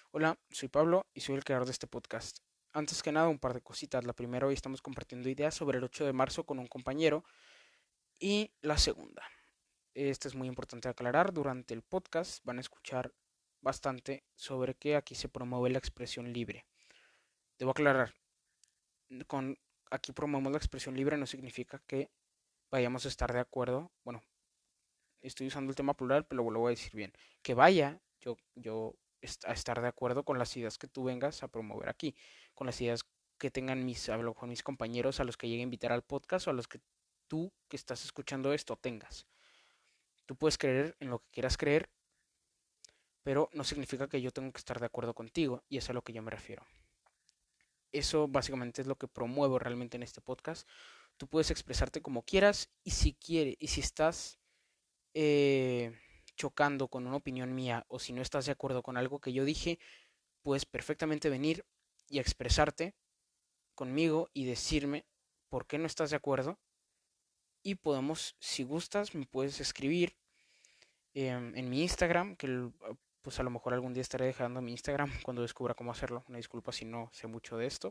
Hola, soy Pablo y soy el creador de este podcast. Antes que nada, un par de cositas. La primera, hoy estamos compartiendo ideas sobre el 8 de marzo con un compañero. Y la segunda, esta es muy importante aclarar, durante el podcast van a escuchar bastante sobre que aquí se promueve la expresión libre. Debo aclarar, con aquí promovemos la expresión libre no significa que vayamos a estar de acuerdo. Bueno, estoy usando el tema plural, pero lo voy a decir bien. Que vaya yo a estar de acuerdo con las ideas que tú vengas a promover aquí, con las ideas que tengan hablo con mis compañeros a los que llegue a invitar al podcast o a los que tú que estás escuchando esto tengas. Tú puedes creer en lo que quieras creer, pero no significa que yo tengo que estar de acuerdo contigo, y es a lo que yo me refiero. Eso básicamente es lo que promuevo realmente en este podcast. Tú puedes expresarte como quieras y si quieres, y si estás eh, chocando con una opinión mía o si no estás de acuerdo con algo que yo dije, puedes perfectamente venir y expresarte conmigo y decirme por qué no estás de acuerdo y podemos, si gustas, me puedes escribir en mi Instagram, pues a lo mejor algún día estaré dejando mi Instagram cuando descubra cómo hacerlo. Una disculpa si no sé mucho de esto.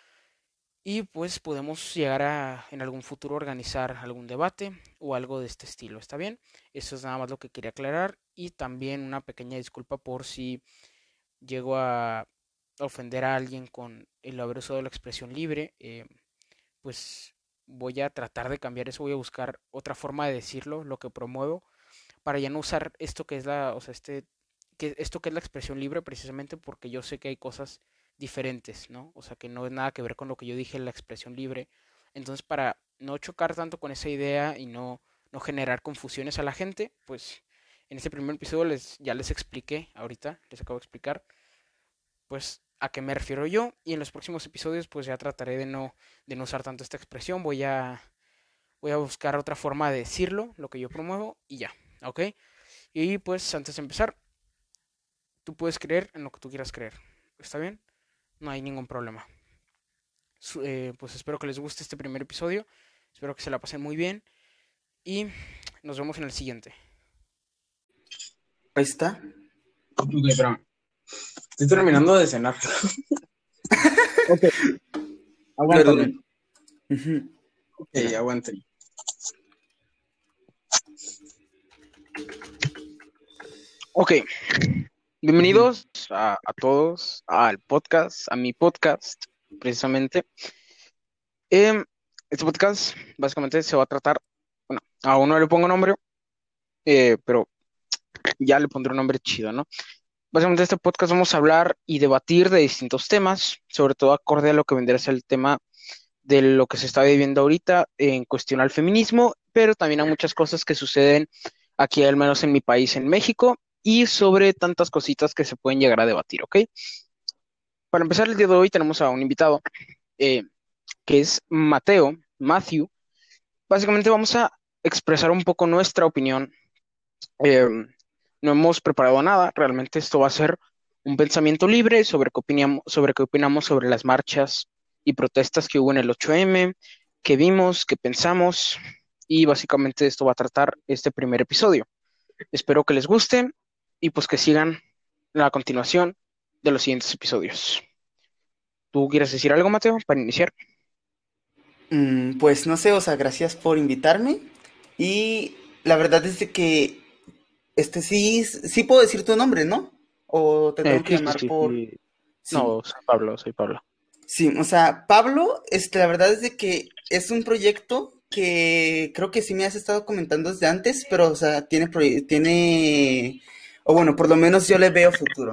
Y pues podemos llegar a en algún futuro organizar algún debate o algo de este estilo. ¿Está bien? Eso es nada más lo que quería aclarar. Y también una pequeña disculpa por si llego a ofender a alguien con el haber usado la expresión libre. Pues voy a tratar de cambiar eso. Voy a buscar otra forma de decirlo, lo que promuevo, para ya no usar esto que es o sea, esto que es la expresión libre, precisamente porque yo sé que hay cosas diferentes, ¿no? O sea, que no es nada que ver con lo que yo dije en la expresión libre. Entonces, para no chocar tanto con esa idea y no generar confusiones a la gente, pues en este primer episodio ya les expliqué, ahorita les acabo de explicar, pues a qué me refiero yo, y en los próximos episodios pues ya trataré de no usar tanto esta expresión, voy a buscar otra forma de decirlo, lo que yo promuevo, y ya, ¿ok? Y pues antes de empezar, tú puedes creer en lo que tú quieras creer. ¿Está bien? No hay ningún problema. Pues espero que les guste este primer episodio. Espero que se la pasen muy bien. Y nos vemos en el siguiente. Ahí está. Ok, pero estoy terminando de cenar. Ok, aguántame. Perdón. Ujú. Ok, Mira. aguante. Ok, Ujú. bienvenidos a todos al podcast, a mi podcast, precisamente. Em, este podcast básicamente se va a tratar, bueno, aún no le pongo nombre, pero ya le pondré un nombre chido, ¿no? Básicamente, en este podcast vamos a hablar y debatir de distintos temas, sobre todo acorde a lo que vendrá a ser el tema de lo que se está viviendo ahorita en cuestión al feminismo, pero también a muchas cosas que suceden aquí, al menos en mi país, en México, y sobre tantas cositas que se pueden llegar a debatir, ¿ok? Para empezar el día de hoy tenemos a un invitado eh, que es Matthew. Básicamente vamos a expresar un poco nuestra opinión. Eh, no hemos preparado nada, realmente esto va a ser un pensamiento libre sobre qué opinamos sobre las marchas y protestas que hubo en el 8M, qué vimos, qué pensamos, y básicamente esto va a tratar este primer episodio. Espero que les guste y pues que sigan la continuación de los siguientes episodios. ¿Tú quieres decir algo, Mateo, para iniciar? Pues no sé, o sea, gracias por invitarme. Y la verdad es de que, sí puedo decir tu nombre, ¿no? O te tengo que Sí, sí, llamar sí, por... sí. Sí. No, soy Pablo, soy Pablo. Sí, o sea, Pablo, la verdad es de que es un proyecto que creo que sí me has estado comentando desde antes, pero, o sea, o bueno, por lo menos yo le veo futuro.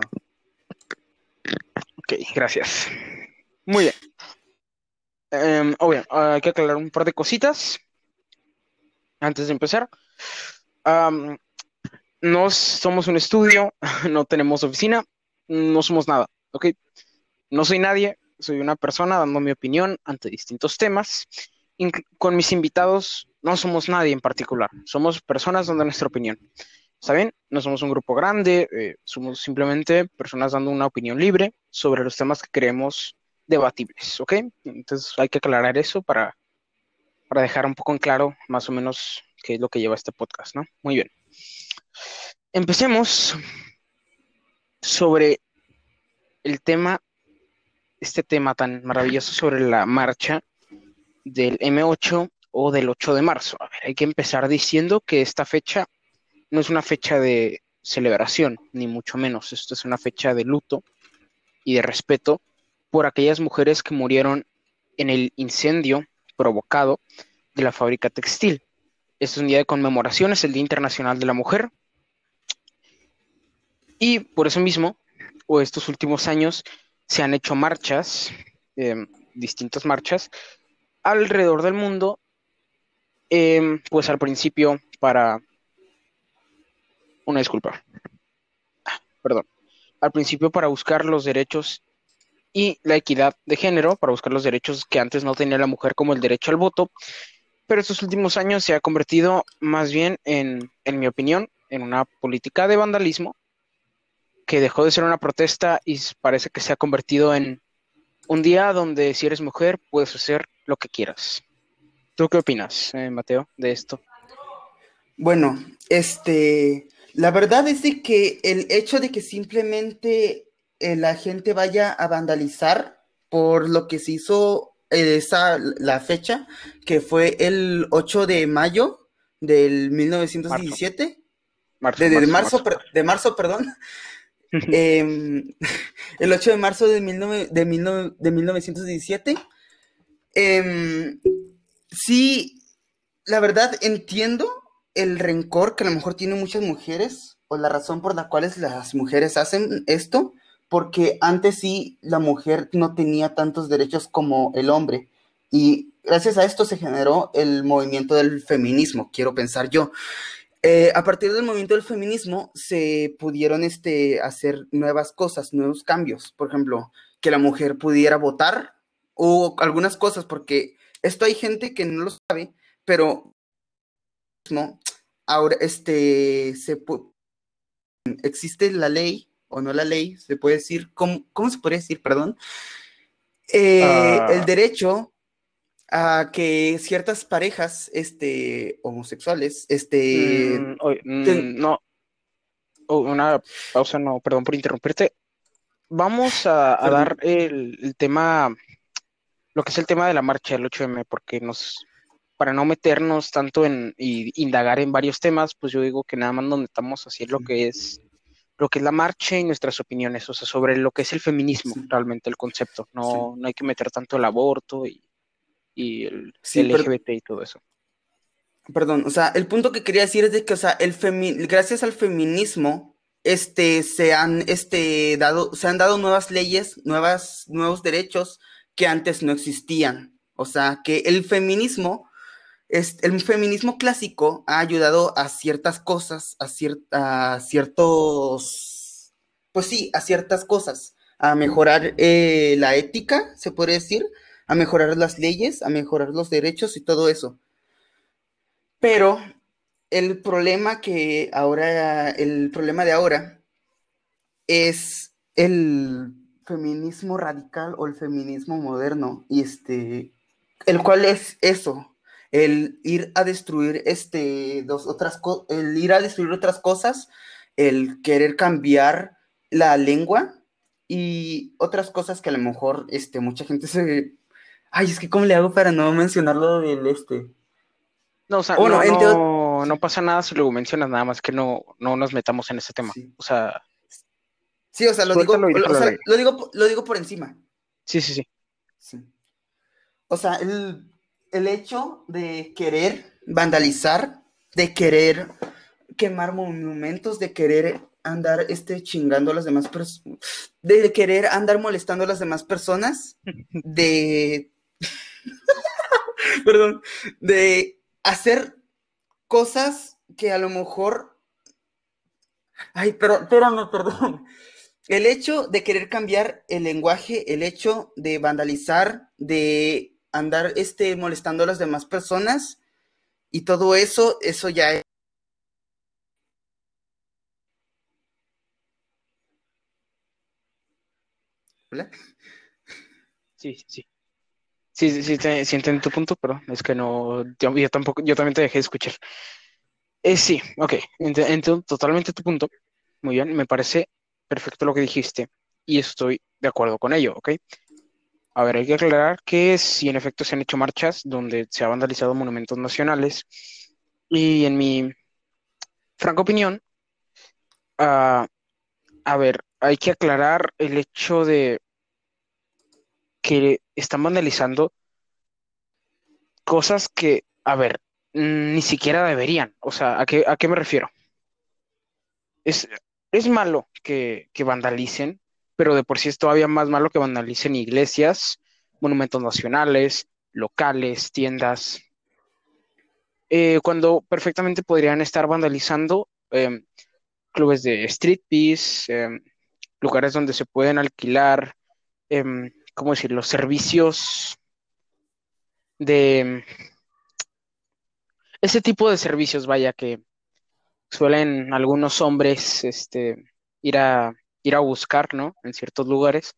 Ok, gracias. Muy bien. Bien, hay que aclarar un par de cositas antes de empezar. Am, no somos un estudio, no tenemos oficina, no somos nada, ¿ok? No soy nadie, soy una persona dando mi opinión ante distintos temas. Con mis invitados no somos nadie en particular, somos personas dando nuestra opinión. ¿Está bien? No somos un grupo grande, somos simplemente personas dando una opinión libre sobre los temas que creemos debatibles, ¿ok? Entonces hay que aclarar eso para dejar un poco en claro más o menos qué es lo que lleva este podcast, ¿no? Muy bien. Empecemos sobre el tema, este tema tan maravilloso sobre la marcha del M8 o del 8 de marzo. A ver, hay que empezar diciendo que esta fecha no es una fecha de celebración, ni mucho menos. Esto es una fecha de luto y de respeto por aquellas mujeres que murieron en el incendio provocado de la fábrica textil. Este es un día de conmemoración, es el Día Internacional de la Mujer, y por eso mismo, o estos últimos años, se han hecho marchas, distintas marchas, alrededor del mundo, pues al principio para, una disculpa, perdón, al principio para buscar los derechos y la equidad de género, para buscar los derechos que antes no tenía la mujer, como el derecho al voto, pero estos últimos años se ha convertido más bien en mi opinión, en una política de vandalismo que dejó de ser una protesta y parece que se ha convertido en un día donde si eres mujer puedes hacer lo que quieras. ¿Tú qué opinas, Mateo, de esto? Bueno, la verdad es de que el hecho de que simplemente la gente vaya a vandalizar por lo que se hizo la fecha, que fue el 8 de mayo del Marzo, 1917, marzo, marzo, marzo, marzo. de marzo, perdón, em, el 8 de marzo de 1917, em, sí, la verdad entiendo el rencor que a lo mejor tienen muchas mujeres o la razón por la cual las mujeres hacen esto, porque antes sí la mujer no tenía tantos derechos como el hombre y gracias a esto se generó el movimiento del feminismo, quiero pensar yo. A partir del movimiento del feminismo se pudieron hacer nuevas cosas, nuevos cambios, por ejemplo, que la mujer pudiera votar o algunas cosas, porque esto hay gente que no lo sabe, pero no, ahora existe la ley, o no la ley, se puede decir, ¿cómo se podría decir, perdón? El Ah, derecho a que ciertas parejas homosexuales no, una pausa, no, perdón por interrumpirte. Vamos a dar perdón. el tema, lo que es el tema de la marcha del 8M, porque para no meternos tanto y indagar en varios temas, pues yo digo que nada más nos metamos así en Sí, lo que es la marcha y nuestras opiniones, o sea, sobre lo que es el feminismo, sí, realmente el concepto. sí, No hay que meter tanto el aborto y sí, el LGBT y todo eso. perdón, o sea, el punto que quería decir es de que, o sea, gracias al feminismo, se han dado nuevas leyes, nuevos derechos que antes no existían. O sea, que el feminismo clásico ha ayudado a ciertas cosas, a ciertos, pues sí, a ciertas cosas, a mejorar la ética, se podría decir, a mejorar las leyes, a mejorar los derechos y todo eso. Pero el problema de ahora es el feminismo radical o el feminismo moderno, y el cual es eso, el ir a destruir el ir a destruir otras cosas, el querer cambiar la lengua y otras cosas que a lo mejor mucha gente ay, es que cómo le hago para no mencionarlo del No, o sea, bueno, no pasa nada si luego mencionas, nada más que no nos metamos en ese tema. sí. O sea, Sí, o sea, suéltalo y déjalo al aire. lo digo por encima. Sí, sí, sí. Sí. O sea, el hecho de querer vandalizar, de querer quemar monumentos, de querer andar chingando a las demás personas, de querer andar molestando a las demás personas, de, perdón, de hacer cosas que a lo mejor, ay, pero, espérame, perdón. El hecho de querer cambiar el lenguaje, el hecho de vandalizar, de andar molestando a las demás personas y todo eso, eso ya es. ¿Hola? Sí, sí, sí. Sí, sí, sí, sí entiendo tu punto, pero es que no, yo tampoco, yo también te dejé de escuchar. Sí, ok, entiendo totalmente tu punto. Muy bien, me parece perfecto lo que dijiste. y estoy de acuerdo con ello, ¿ok? A ver, hay que aclarar que sí, en efecto, se han hecho marchas donde se ha vandalizado monumentos nacionales y en mi franca opinión, ah, a ver, hay que aclarar el hecho de que están vandalizando cosas que, a ver, ni siquiera deberían. O sea, a qué me refiero? Es, es malo que vandalicen, pero de por sí es todavía más malo que vandalicen iglesias, monumentos nacionales, locales, tiendas, cuando perfectamente podrían estar vandalizando clubes de street peace, lugares donde se pueden alquilar, ¿cómo decirlo? Servicios de ese tipo de servicios, vaya, que suelen algunos hombres ir a, ir a buscar, ¿no? En ciertos lugares.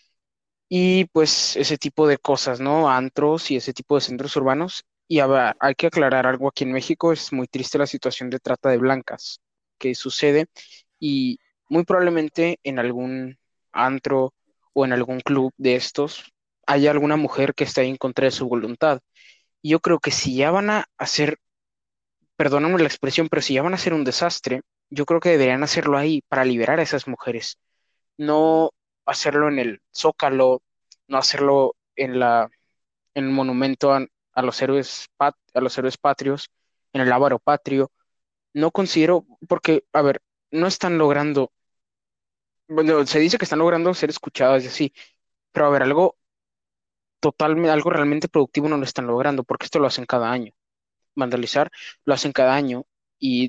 Y pues ese tipo de cosas, ¿no? Antros y ese tipo de centros urbanos. Y a ver, hay que aclarar algo aquí en México, es muy triste la situación de trata de blancas que sucede y muy probablemente en algún antro o en algún club de estos haya alguna mujer que esté en contra de su voluntad. Y yo creo que si ya van a hacer, perdóname la expresión, pero si ya van a hacer un desastre, yo creo que deberían hacerlo ahí para liberar a esas mujeres, no hacerlo en el Zócalo, no hacerlo en el monumento a los héroes, a los héroes patrios, en el Lábaro Patrio. No considero, porque, a ver, no están logrando, bueno, se dice que están logrando ser escuchadas y así, pero a ver, algo totalmente, algo realmente productivo no lo están logrando, porque esto lo hacen cada año. Vandalizar lo hacen cada año y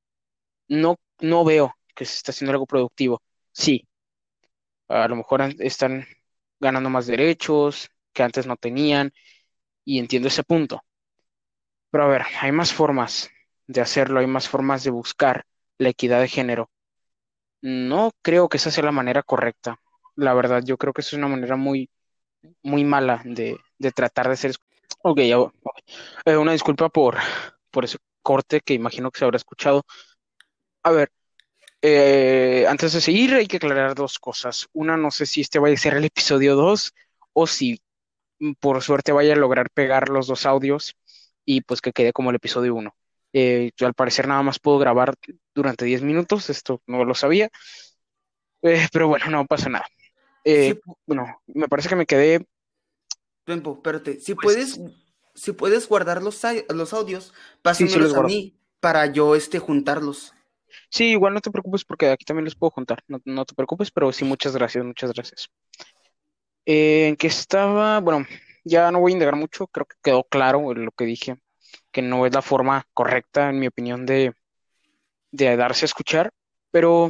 no veo que se está haciendo algo productivo. Sí, a lo mejor están ganando más derechos que antes no tenían y entiendo ese punto. Pero a ver, hay más formas de hacerlo, hay más formas de buscar la equidad de género. No creo que esa sea la manera correcta. La verdad, yo creo que es una manera muy mala de tratar de ser. Ok, una disculpa por ese corte que imagino que se habrá escuchado. A ver, antes de seguir, hay que aclarar dos cosas. Una, no sé si este vaya a ser el episodio 2 o si por suerte vaya a lograr pegar los dos audios y pues que quede como el episodio uno. Yo al parecer nada más puedo grabar durante 10 minutos, esto no lo sabía, pero bueno, no pasa nada. Sí, Bueno, me parece que me quedé, tiempo, espérate. pues Si puedes guardar los audios, sí, sí los pásamelos a guardo. mí para yo juntarlos. Sí, igual no te preocupes porque aquí también los puedo juntar, no te preocupes, pero sí, muchas gracias, muchas gracias. ¿En qué estaba? Bueno, ya no voy a indagar mucho, creo que quedó claro lo que dije, que no es la forma correcta, en mi opinión, de darse a escuchar, pero,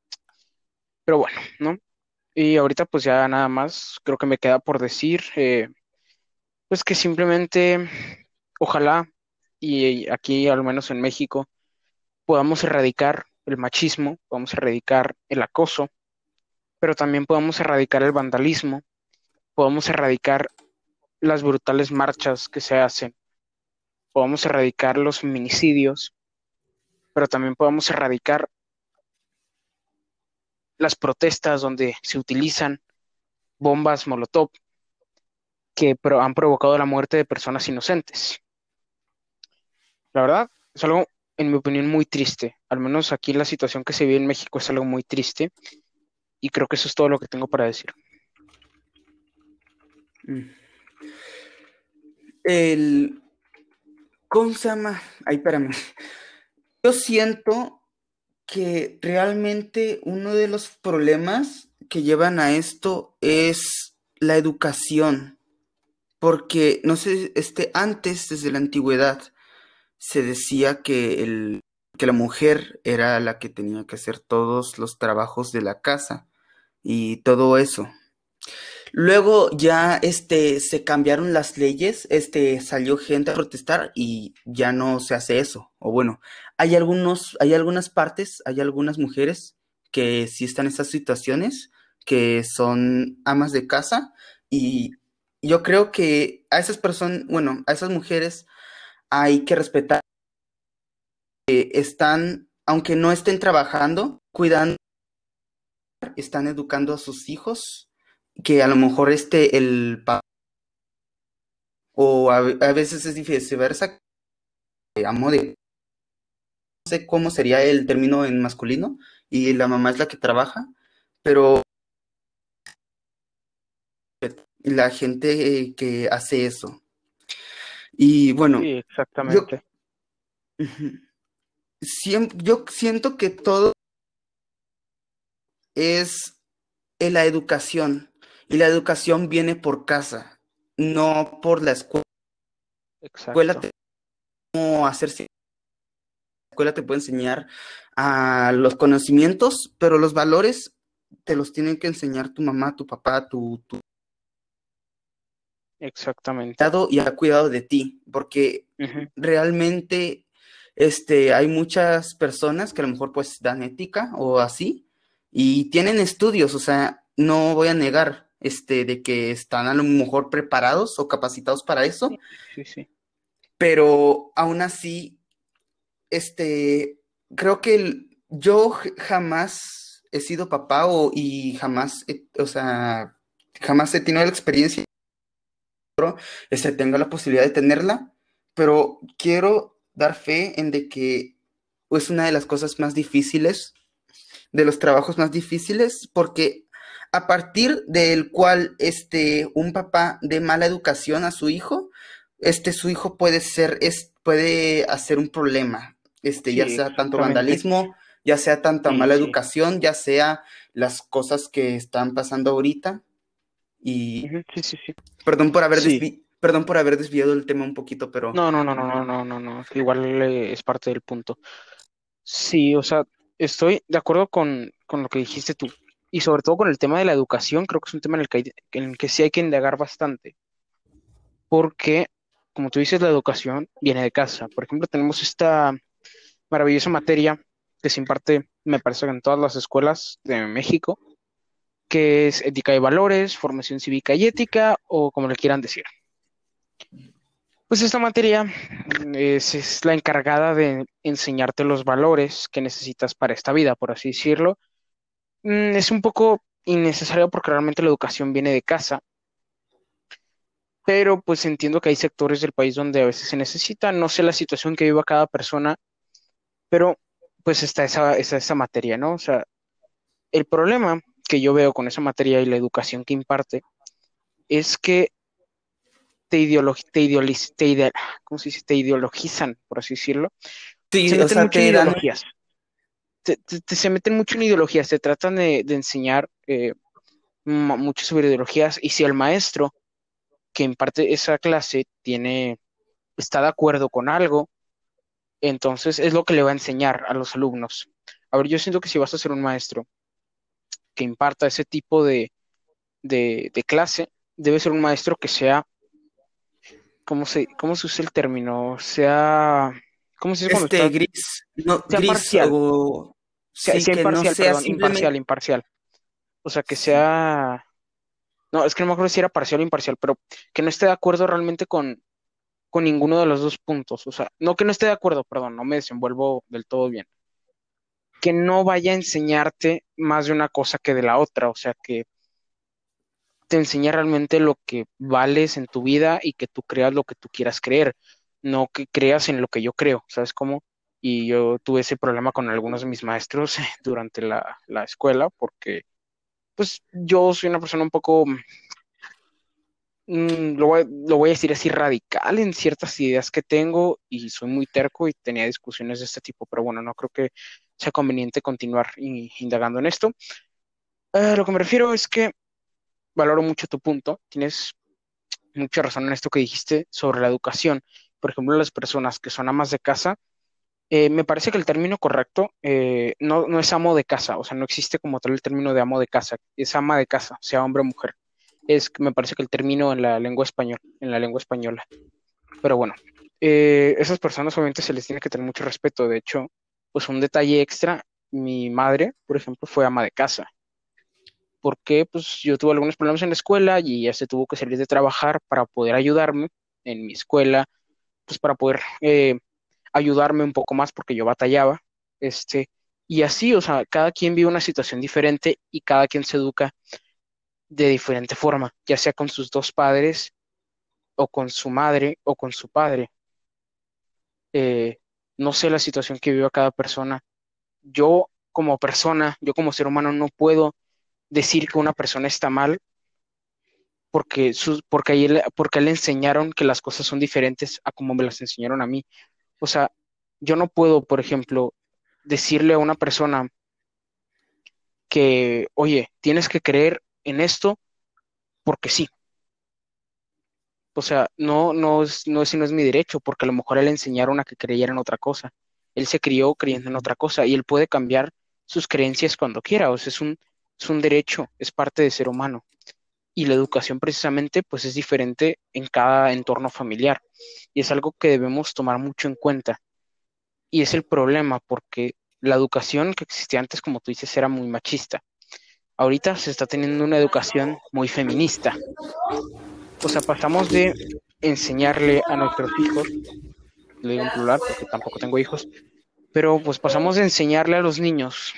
pero bueno, ¿no? Y ahorita pues ya nada más, creo que me queda por decir, pues que simplemente, ojalá, y aquí al menos en México, podamos erradicar el machismo, podamos erradicar el acoso, pero también podamos erradicar el vandalismo, podamos erradicar las brutales marchas que se hacen, podamos erradicar los feminicidios, pero también podamos erradicar las protestas donde se utilizan bombas Molotov que han provocado la muerte de personas inocentes. La verdad, es algo, en mi opinión, muy triste. Al menos aquí la situación que se vive en México es algo muy triste y creo que eso es todo lo que tengo para decir. Mm. El, ¿Cómo se llama? Ay, espérame. Yo siento que realmente uno de los problemas que llevan a esto es la educación, porque no sé, antes, desde la antigüedad, se decía que la mujer era la que tenía que hacer todos los trabajos de la casa y todo eso. Luego ya se cambiaron las leyes, salió gente a protestar y ya no se hace eso. O bueno, hay algunas partes, hay algunas mujeres que sí están en estas situaciones, que son amas de casa, y yo creo que a esas personas, bueno, a esas mujeres hay que respetar que están, aunque no estén trabajando, cuidando están educando a sus hijos, que a lo mejor el papá, o a veces es viceversa, amo de, no sé cómo sería el término en masculino, y la mamá es la que trabaja, pero la gente que hace eso. Y bueno, Sí, yo, exactamente. yo siento que todo es en la educación, y la educación viene por casa, no por la escuela. Exacto. Cómo hacer escuela te puede enseñar a los conocimientos, pero los valores te los tienen que enseñar tu mamá, tu papá, tu Exactamente. cuidado y a cuidado de ti, porque Ujú. realmente hay muchas personas que a lo mejor pues dan ética o así y tienen estudios, o sea, no voy a negar de que están a lo mejor preparados o capacitados para Sí, eso, sí, sí. pero aún así creo que yo jamás he sido papá y jamás, o sea, jamás he tenido la experiencia, tenga la posibilidad de tenerla, pero quiero dar fe en de que es una de las cosas más difíciles, de los trabajos más difíciles, porque a partir del cual un papá dé mala educación a su hijo, su hijo puede hacer un problema, ya Sí, sea tanto exactamente. vandalismo, ya sea tanta Sí, mala sí. educación, ya sea las cosas que están pasando ahorita. Y Ujú. Sí, sí, sí. Sí. perdón por haber desviado el tema un poquito, pero No, no, no, no, no, no, no, no. Igual es parte del punto. Sí, o sea, estoy de acuerdo con lo que dijiste tú. Y sobre todo con el tema de la educación, creo que es un tema en el que sí hay que indagar bastante. Porque, como tú dices, la educación viene de casa. Por ejemplo, tenemos esta maravillosa materia que se imparte, me parece que en todas las escuelas de México, que es ética y valores, formación cívica y ética, o como le quieran decir. Pues esta materia es la encargada de enseñarte los valores que necesitas para esta vida, por así decirlo. Es un poco innecesario porque realmente la educación viene de casa, pero pues entiendo que hay sectores del país donde a veces se necesita. No sé la situación que viva cada persona, pero pues está esa materia, ¿no? O sea, el problema que yo veo con esa materia y la educación que imparte es que ¿cómo se dice? Te ideologizan, por así decirlo. Se sí, o meten sea, mucho en te dan, ideologías. Se meten mucho en ideologías, te tratan de enseñar mucho sobre ideologías y si el maestro que imparte esa clase está de acuerdo con algo, entonces es lo que le va a enseñar a los alumnos. A ver, yo siento que si vas a ser un maestro que imparta ese tipo de clase, debe ser un maestro que sea, cómo se usa el término? ¿Cómo se dice cuando está? gris, no, Sea gris parcial, o sí, sea que no imparcial, sea perdón, imparcial, simplemente, imparcial. O sea, que sí, sea, no, es que no me acuerdo si era parcial o imparcial, pero que no esté de acuerdo realmente con ninguno de los dos puntos. O sea, no que no esté de acuerdo, perdón, no me desenvuelvo del todo bien. Que no vaya a enseñarte más de una cosa que de la otra. O sea, que te enseñe realmente lo que vales en tu vida y que tú creas lo que tú quieras creer, no que creas en lo que yo creo, ¿sabes cómo? Y yo tuve ese problema con algunos de mis maestros durante la escuela porque pues yo soy una persona un poco lo voy a decir así, radical en ciertas ideas que tengo y soy muy terco y tenía discusiones de este tipo, pero bueno, no creo que sea conveniente continuar indagando en esto. Lo que me refiero es que valoro mucho tu punto, tienes mucha razón en esto que dijiste sobre la educación. Por ejemplo, las personas que son amas de casa, me parece que el término correcto no es amo de casa, o sea, no existe como tal el término de amo de casa, es ama de casa, sea hombre o mujer. Me parece que el término en la lengua española. Pero bueno, esas personas obviamente se les tiene que tener mucho respeto. De hecho, pues un detalle extra, mi madre, por ejemplo, fue ama de casa, porque pues yo tuve algunos problemas en la escuela y ella se tuvo que salir de trabajar para poder ayudarme en mi escuela, pues para poder ayudarme un poco más porque yo batallaba. Este, Y así, o sea, cada quien vive una situación diferente y cada quien se educa de diferente forma, ya sea con sus dos padres o con su madre o con su padre. Eh, no sé la situación que vive cada persona. Yo como persona, yo como ser humano no puedo decir que una persona está mal porque a él le enseñaron que las cosas son diferentes a como me las enseñaron a mí. O sea, yo no puedo, por ejemplo, decirle a una persona que, oye, tienes que creer en esto porque sí. O sea, no es mi derecho, porque a lo mejor a él le enseñaron a que creyera en otra cosa. Él se crió creyendo en Ujú. otra cosa y él puede cambiar sus creencias cuando quiera. O sea, es un derecho, es parte de ser humano. Y la educación precisamente, pues es diferente en cada entorno familiar. Y es algo que debemos tomar mucho en cuenta. Y es el problema, porque la educación que existía antes, como tú dices, era muy machista. Ahorita se está teniendo una educación muy feminista. O sea, pasamos de enseñarle a nuestros hijos, lo digo en plural porque tampoco tengo hijos, pero pues pasamos de enseñarle a los niños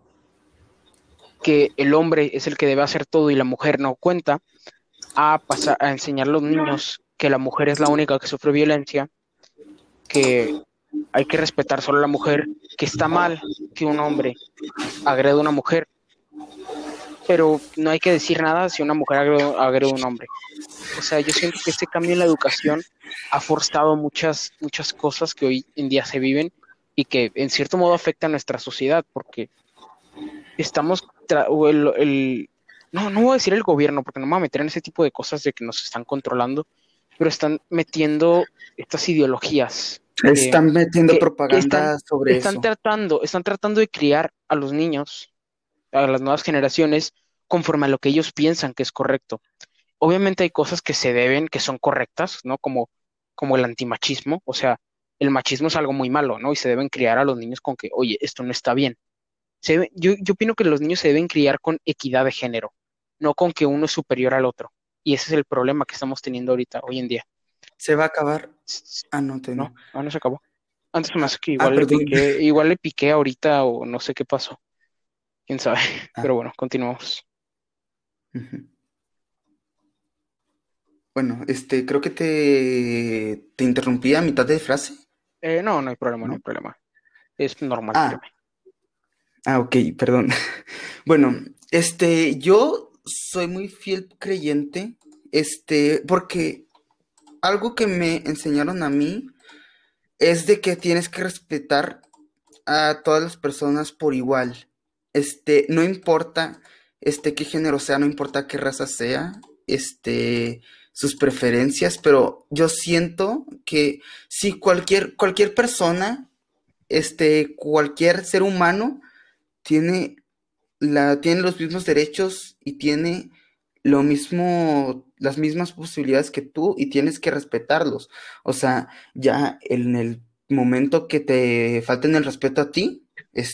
que el hombre es el que debe hacer todo y la mujer no cuenta, a pasar a enseñar a los niños que la mujer es la única que sufre violencia, que hay que respetar solo a la mujer, que está mal que un hombre agrede a una mujer, pero no hay que decir nada si una mujer agrede a un hombre. O sea, yo siento que este cambio en la educación ha forzado muchas cosas que hoy en día se viven y que en cierto modo afectan a nuestra sociedad, porque estamos, no voy a decir el gobierno, porque no me voy a meter en ese tipo de cosas de que nos están controlando, pero están metiendo estas ideologías eh, Están metiendo que propaganda sobre eso. están tratando de criar a los niños, a las nuevas generaciones, conforme a lo que ellos piensan que es correcto. Obviamente hay cosas que se deben, que son correctas, ¿no? Como el antimachismo, o sea, el machismo es algo muy malo, ¿no? Y se deben criar a los niños con que, oye, esto no está bien. Yo opino que los niños se deben criar con equidad de género, no con que uno es superior al otro. Y ese es el problema que estamos teniendo ahorita, hoy en día. Se va a acabar. Ah, no, No, no. no se acabó. Antes se me hace que igual le Perdón. piqué, igual le piqué ahorita o no sé qué pasó. Quién sabe. Ah, Pero bueno, continuamos. ujú. Bueno, creo que te interrumpí a mitad de frase, No, no hay problema, no hay ¿no? problema. Es normal, Ah, créeme. ok, perdón. Bueno, yo soy muy fiel creyente, porque algo que me enseñaron a mí es de que tienes que respetar a todas las personas por igual. No importa, qué género sea, no importa qué raza sea, sus preferencias, pero yo siento que si cualquier persona, cualquier ser humano tiene tiene los mismos derechos y tiene lo mismo, las mismas posibilidades que tú y tienes que respetarlos. O sea, ya en el momento que te falten el respeto a ti,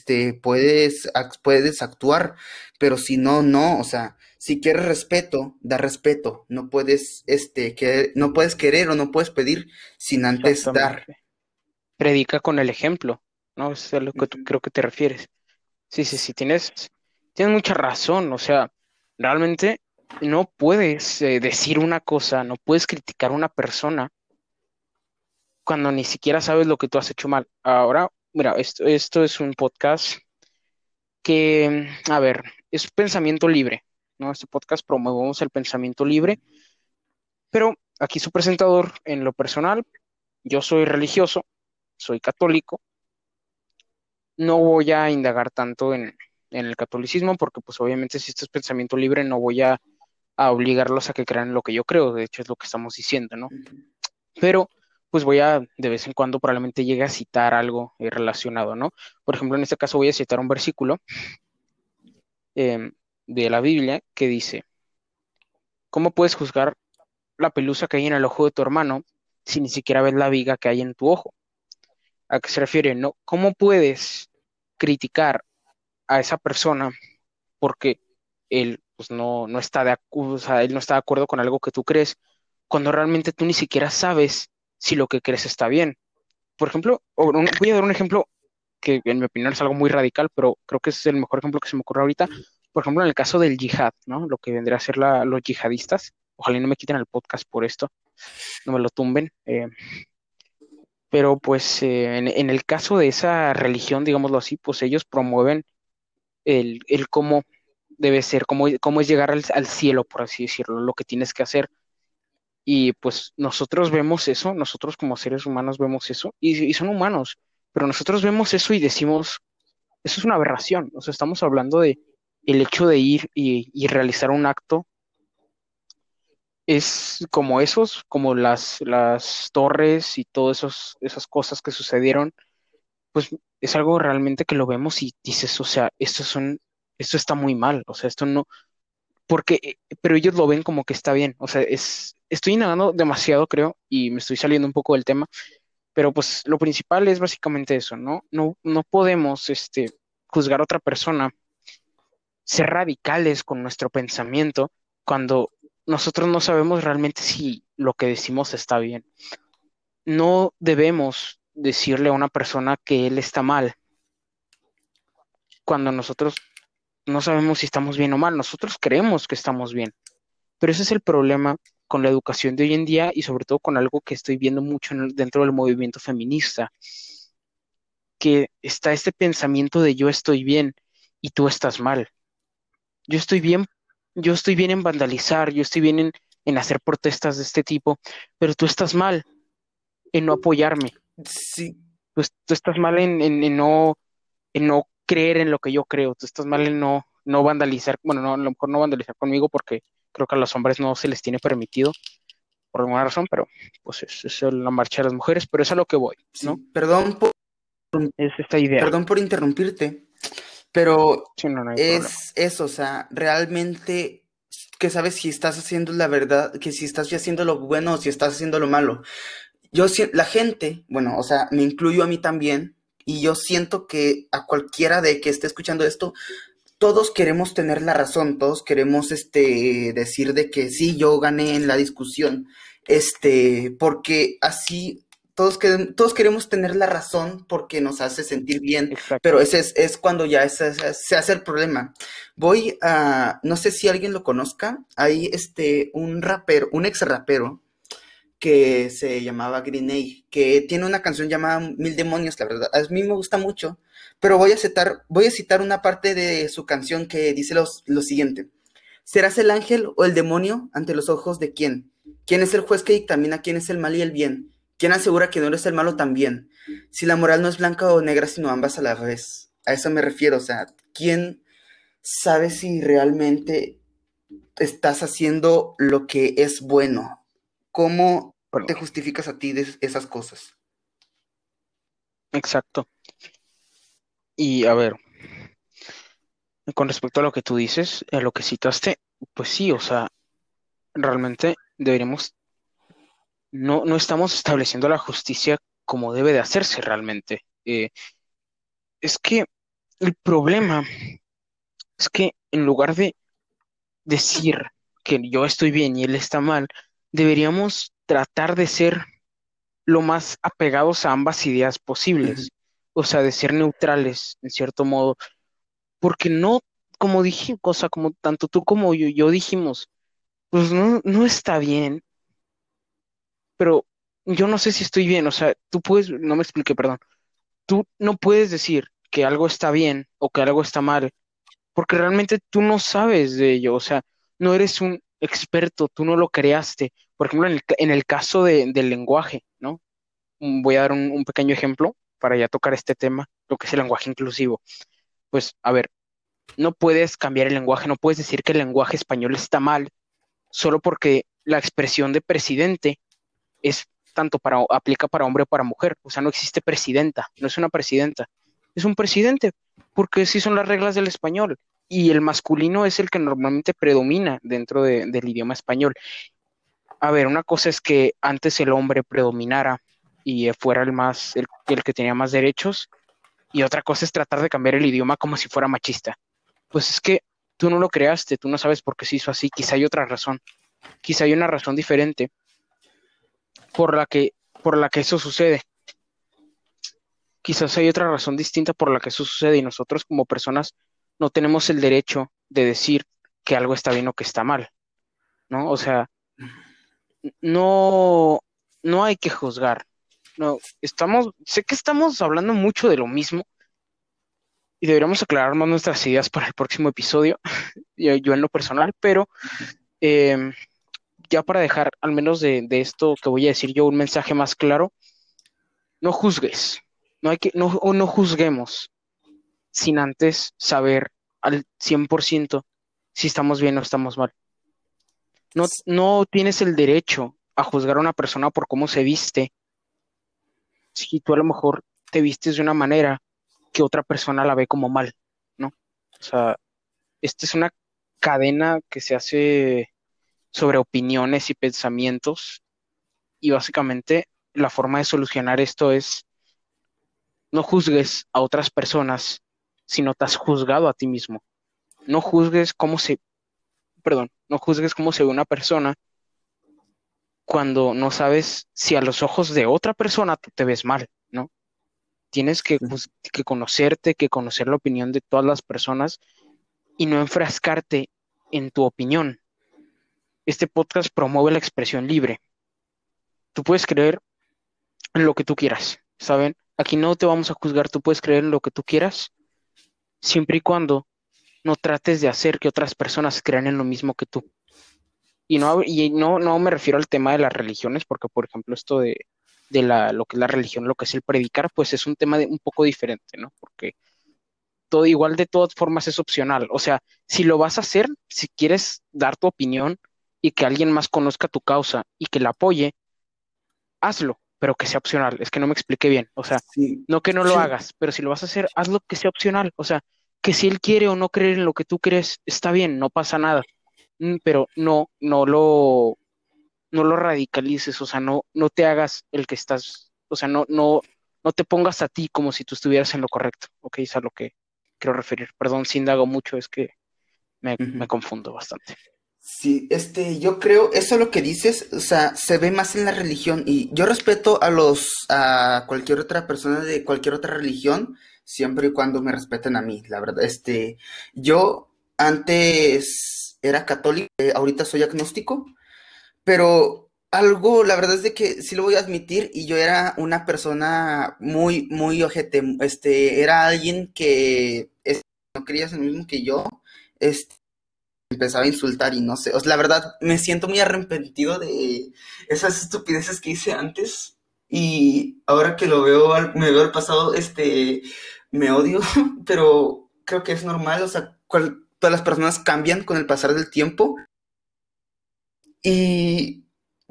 puedes actuar, pero si no, no, o sea, si quieres respeto, da respeto. No puedes, no puedes querer o no puedes pedir sin antes dar. Exactamente. Predica con el ejemplo, ¿no? Es a lo que tú Ujú. creo que te refieres. Sí, sí, sí, tienes mucha razón. O sea, realmente no puedes decir una cosa, no puedes criticar a una persona cuando ni siquiera sabes lo que tú has hecho mal. Ahora, mira, esto es un podcast que, a ver, es pensamiento libre, ¿no? Este podcast promovemos el pensamiento libre, pero aquí su presentador, en lo personal, yo soy religioso, soy católico. No voy a indagar tanto en el catolicismo porque pues obviamente si esto es pensamiento libre no voy a obligarlos a que crean en lo que yo creo, de hecho es lo que estamos diciendo, ¿no? Pero pues voy a de vez en cuando probablemente llegue a citar algo relacionado, ¿no? Por ejemplo, en este caso voy a citar un versículo eh, de la Biblia que dice, ¿cómo puedes juzgar la pelusa que hay en el ojo de tu hermano si ni siquiera ves la viga que hay en tu ojo? ¿A qué se refiere? No, ¿cómo puedes criticar a esa persona porque él pues no está o sea, él no está de acuerdo con algo que tú crees, cuando realmente tú ni siquiera sabes si lo que crees está bien? Por ejemplo, voy a dar un ejemplo que en mi opinión es algo muy radical, pero creo que es el mejor ejemplo que se me ocurre ahorita. Por ejemplo, en el caso del yihad, ¿no? Lo que vendría a ser los yihadistas. Ojalá y no me quiten el podcast por esto, no me lo tumben. Pero pues en el caso de esa religión, digámoslo así, pues ellos promueven el cómo debe ser, cómo es llegar al cielo, por así decirlo, lo que tienes que hacer. Y pues nosotros vemos eso, nosotros como seres humanos vemos eso, y son humanos, pero nosotros vemos eso y decimos, eso es una aberración. O sea, estamos hablando de el hecho de ir y realizar un acto, es como esos, como las torres y todas esas cosas que sucedieron, pues es algo realmente que lo vemos y dices, o sea, esto está muy mal, o sea, esto no, pero ellos lo ven como que está bien, o sea, estoy indagando demasiado, creo, y me estoy saliendo un poco del tema, pero pues lo principal es básicamente eso, ¿no? No podemos, juzgar a otra persona, ser radicales con nuestro pensamiento cuando nosotros no sabemos realmente si lo que decimos está bien. No debemos decirle a una persona que él está mal cuando nosotros no sabemos si estamos bien o mal. Nosotros creemos que estamos bien, pero ese es el problema con la educación de hoy en día y sobre todo con algo que estoy viendo mucho dentro del movimiento feminista, que está este pensamiento de yo estoy bien y tú estás mal. Yo estoy bien, yo estoy bien en vandalizar, yo estoy bien en hacer protestas de este tipo, pero tú estás mal en no apoyarme. Sí, Tú estás mal en no creer en lo que yo creo. Tú estás mal en no vandalizar, bueno, no, a lo mejor no vandalizar conmigo porque creo que a los hombres no se les tiene permitido por alguna razón, pero pues es la marcha de las mujeres, pero es a lo que voy, sí, ¿no? Es esta idea. perdón por interrumpirte, pero Sí, no hay problema. es eso, o sea, realmente que sabes si estás haciendo la verdad, que si estás haciendo lo bueno o si estás haciendo lo malo. La gente, bueno, o sea, me incluyo a mí también, y yo siento que a cualquiera de que esté escuchando esto, todos queremos tener la razón, todos queremos decir de que sí, yo gané en la discusión, porque así todos queremos tener la razón porque nos hace sentir bien, pero Exacto. ese es cuando ya se hace el problema. No sé si alguien lo conozca, hay un rapero, un ex rapero que se llamaba Green, que tiene una canción llamada Mil Demonios, la verdad. A mí me gusta mucho, pero voy a citar una parte de su canción que dice lo siguiente. ¿Serás el ángel o el demonio ante los ojos de quién? ¿Quién es el juez que dictamina quién es el mal y el bien? ¿Quién asegura que no eres el malo también? Si la moral no es blanca o negra, sino ambas a la vez. A eso me refiero, o sea, ¿quién sabe si realmente estás haciendo lo que es bueno? ¿Cómo te Perdón. justificas a ti de esas cosas? Exacto. Y a ver, con respecto a lo que tú dices, a lo que citaste, pues sí, o sea, realmente deberíamos, no estamos estableciendo la justicia como debe de hacerse realmente. Es que el problema es que en lugar de decir que yo estoy bien y él está mal, deberíamos tratar de ser lo más apegados a ambas ideas Ujú. posibles, o sea, de ser neutrales, en cierto modo, porque no, como dije, cosa como tanto tú como yo dijimos, pues no está bien, pero yo no sé si estoy bien, o sea, tú puedes, no me expliqué, perdón, tú no puedes decir que algo está bien o que algo está mal, porque realmente tú no sabes de ello, o sea, no eres un experto, tú no lo creaste. Por ejemplo, en el caso del lenguaje, ¿no? Voy a dar un pequeño ejemplo para ya tocar este tema, lo que es el lenguaje inclusivo. Pues, a ver, no puedes cambiar el lenguaje, no puedes decir que el lenguaje español está mal solo porque la expresión de presidente es aplica para hombre o para mujer. O sea, no existe presidenta, no es una presidenta, es un presidente, porque sí son las reglas del español. Y el masculino es el que normalmente predomina dentro del idioma español. A ver, una cosa es que antes el hombre predominara y fuera el que tenía más derechos, y otra cosa es tratar de cambiar el idioma como si fuera machista. Pues es que tú no lo creaste, tú no sabes por qué se hizo así, quizá hay otra razón, quizá hay una razón diferente por la que eso sucede. quizás hay otra razón distinta por la que eso sucede y nosotros como personas no tenemos el derecho de decir que algo está bien o que está mal, ¿no? O sea, no, no hay que juzgar. No, sé que estamos hablando mucho de lo mismo y deberíamos aclarar más nuestras ideas para el próximo episodio, yo en lo personal, pero eh, ya para dejar al menos de esto que voy a decir yo un mensaje más claro, no juzgues, o no juzguemos sin antes saber al 100% si estamos bien o estamos mal. No tienes el derecho a juzgar a una persona por cómo se viste, si tú a lo mejor te vistes de una manera que otra persona la ve como mal, ¿no? O sea, esta es una cadena que se hace sobre opiniones y pensamientos y básicamente la forma de solucionar esto es no juzgues a otras personas si no te has juzgado a ti mismo. No juzgues no juzgues cómo se ve una persona cuando no sabes si a los ojos de otra persona tú te ves mal, ¿no? Tienes que conocerte, que conocer la opinión de todas las personas y no enfrascarte en tu opinión. Este podcast promueve la expresión libre. Tú puedes creer en lo que tú quieras, ¿saben? Aquí no te vamos a juzgar, tú puedes creer en lo que tú quieras, siempre y cuando no trates de hacer que otras personas crean en lo mismo que tú. Y no me refiero al tema de las religiones, porque por ejemplo esto lo que es la religión, lo que es el predicar, pues es un tema un poco diferente, ¿no? Porque todo igual de todas formas es opcional. O sea, si lo vas a hacer, si quieres dar tu opinión y que alguien más conozca tu causa y que la apoye, hazlo, pero que sea opcional. Es que no me expliqué bien. O sea, Sí, no que no lo sí, hagas, pero si lo vas a hacer, hazlo que sea opcional. O sea, que si él quiere o no creer en lo que tú crees, está bien, no pasa nada. Pero no lo radicalices, o sea, no te hagas el que estás, o sea, no te pongas a ti como si tú estuvieras en lo correcto, ok, es a lo que quiero referir. Perdón si indago mucho, es que me ujú. confundo bastante. Sí, yo creo, eso lo que dices, o sea, se ve más en la religión y yo respeto a cualquier otra persona de cualquier otra religión, siempre y cuando me respeten a mí, la verdad. Yo antes era católico, ahorita soy agnóstico, pero algo, la verdad es de que sí lo voy a admitir y yo era una persona muy, muy ojete, era alguien que no creías en lo mismo que yo, este empezaba a insultar y no sé, o sea, la verdad me siento muy arrepentido de esas estupideces que hice antes y ahora que me veo al pasado, me odio, pero creo que es normal, o sea, todas las personas cambian con el pasar del tiempo y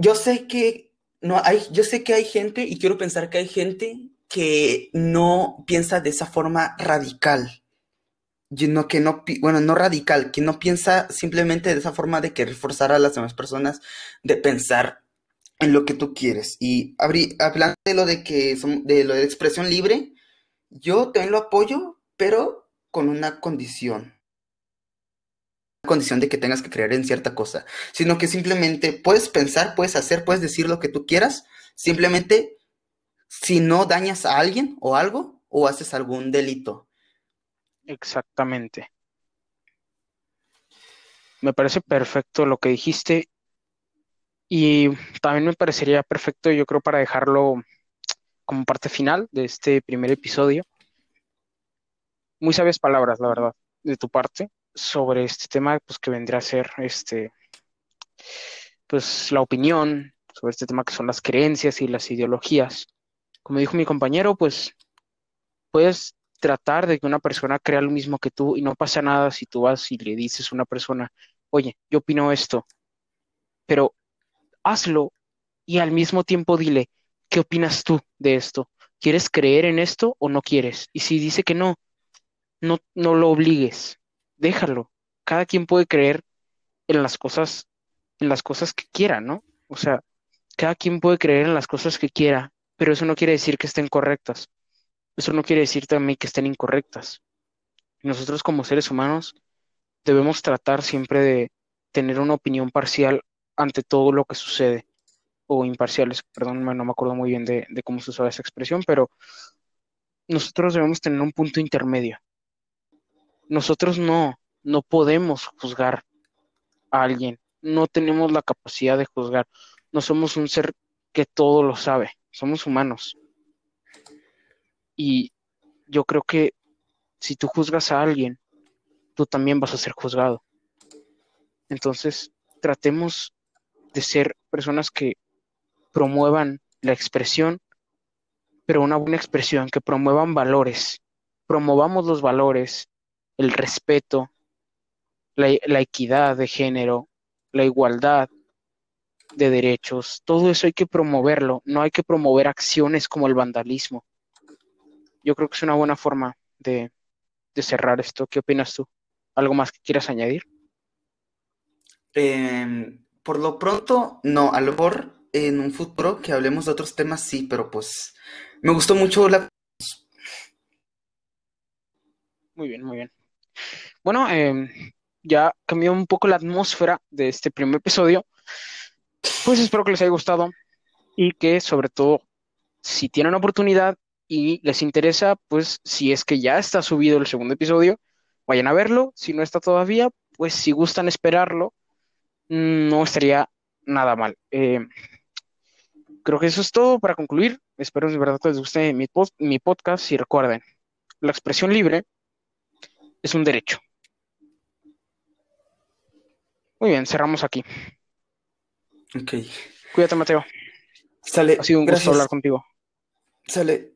yo sé que hay gente y quiero pensar que hay gente que no piensa de esa forma radical. Que no, bueno, no radical, que no piensa simplemente de esa forma de querer forzar a las demás personas de pensar en lo que tú quieres. Y hablando de lo de lo de expresión libre, yo también lo apoyo, pero con una condición de que tengas que creer en cierta cosa, sino que simplemente puedes pensar, puedes hacer, puedes decir lo que tú quieras, simplemente si no dañas a alguien o algo o haces algún delito. Exactamente. Me parece perfecto lo que dijiste y también me parecería perfecto, yo creo, para dejarlo como parte final de este primer episodio. Muy sabias palabras, la verdad, de tu parte sobre este tema, pues que vendría a ser pues la opinión sobre este tema que son las creencias y las ideologías. Como dijo mi compañero, pues puedes tratar de que una persona crea lo mismo que tú y no pasa nada si tú vas y le dices a una persona, oye, yo opino esto, pero hazlo y al mismo tiempo dile, ¿qué opinas tú de esto? ¿Quieres creer en esto o no quieres? Y si dice que no lo obligues, déjalo. Cada quien puede creer en en las cosas que quiera, ¿no? O sea, cada quien puede creer en las cosas que quiera, pero eso no quiere decir que estén correctas. Eso no quiere decir también que estén incorrectas. Nosotros como seres humanos debemos tratar siempre de tener una opinión parcial ante todo lo que sucede, o imparciales, perdón, no me acuerdo muy bien de cómo se usaba esa expresión, pero nosotros debemos tener un punto intermedio. Nosotros no podemos juzgar a alguien, no tenemos la capacidad de juzgar, no somos un ser que todo lo sabe, somos humanos. Y yo creo que si tú juzgas a alguien, tú también vas a ser juzgado. Entonces, tratemos de ser personas que promuevan la expresión, pero una buena expresión, que promuevan valores. Promovamos los valores, el respeto, la equidad de género, la igualdad de derechos. Todo eso hay que promoverlo, no hay que promover acciones como el vandalismo. Yo creo que es una buena forma de cerrar esto. ¿Qué opinas tú? ¿Algo más que quieras añadir? Por lo pronto, no, a lo mejor en un futuro que hablemos de otros temas, sí, pero pues me gustó mucho la... Muy bien, muy bien. Bueno, ya cambió un poco la atmósfera de este primer episodio. Pues espero que les haya gustado y que sobre todo, si tienen oportunidad y les interesa, pues si es que ya está subido el segundo episodio, vayan a verlo. Si no está todavía, pues si gustan esperarlo, no estaría nada mal. Creo que eso es todo para concluir. Espero de verdad que les guste mi podcast y recuerden, la expresión libre es un derecho. Muy bien, cerramos aquí. Ok, Cuídate, Mateo. Ha sale, sido un gusto hablar gracias, contigo. sale.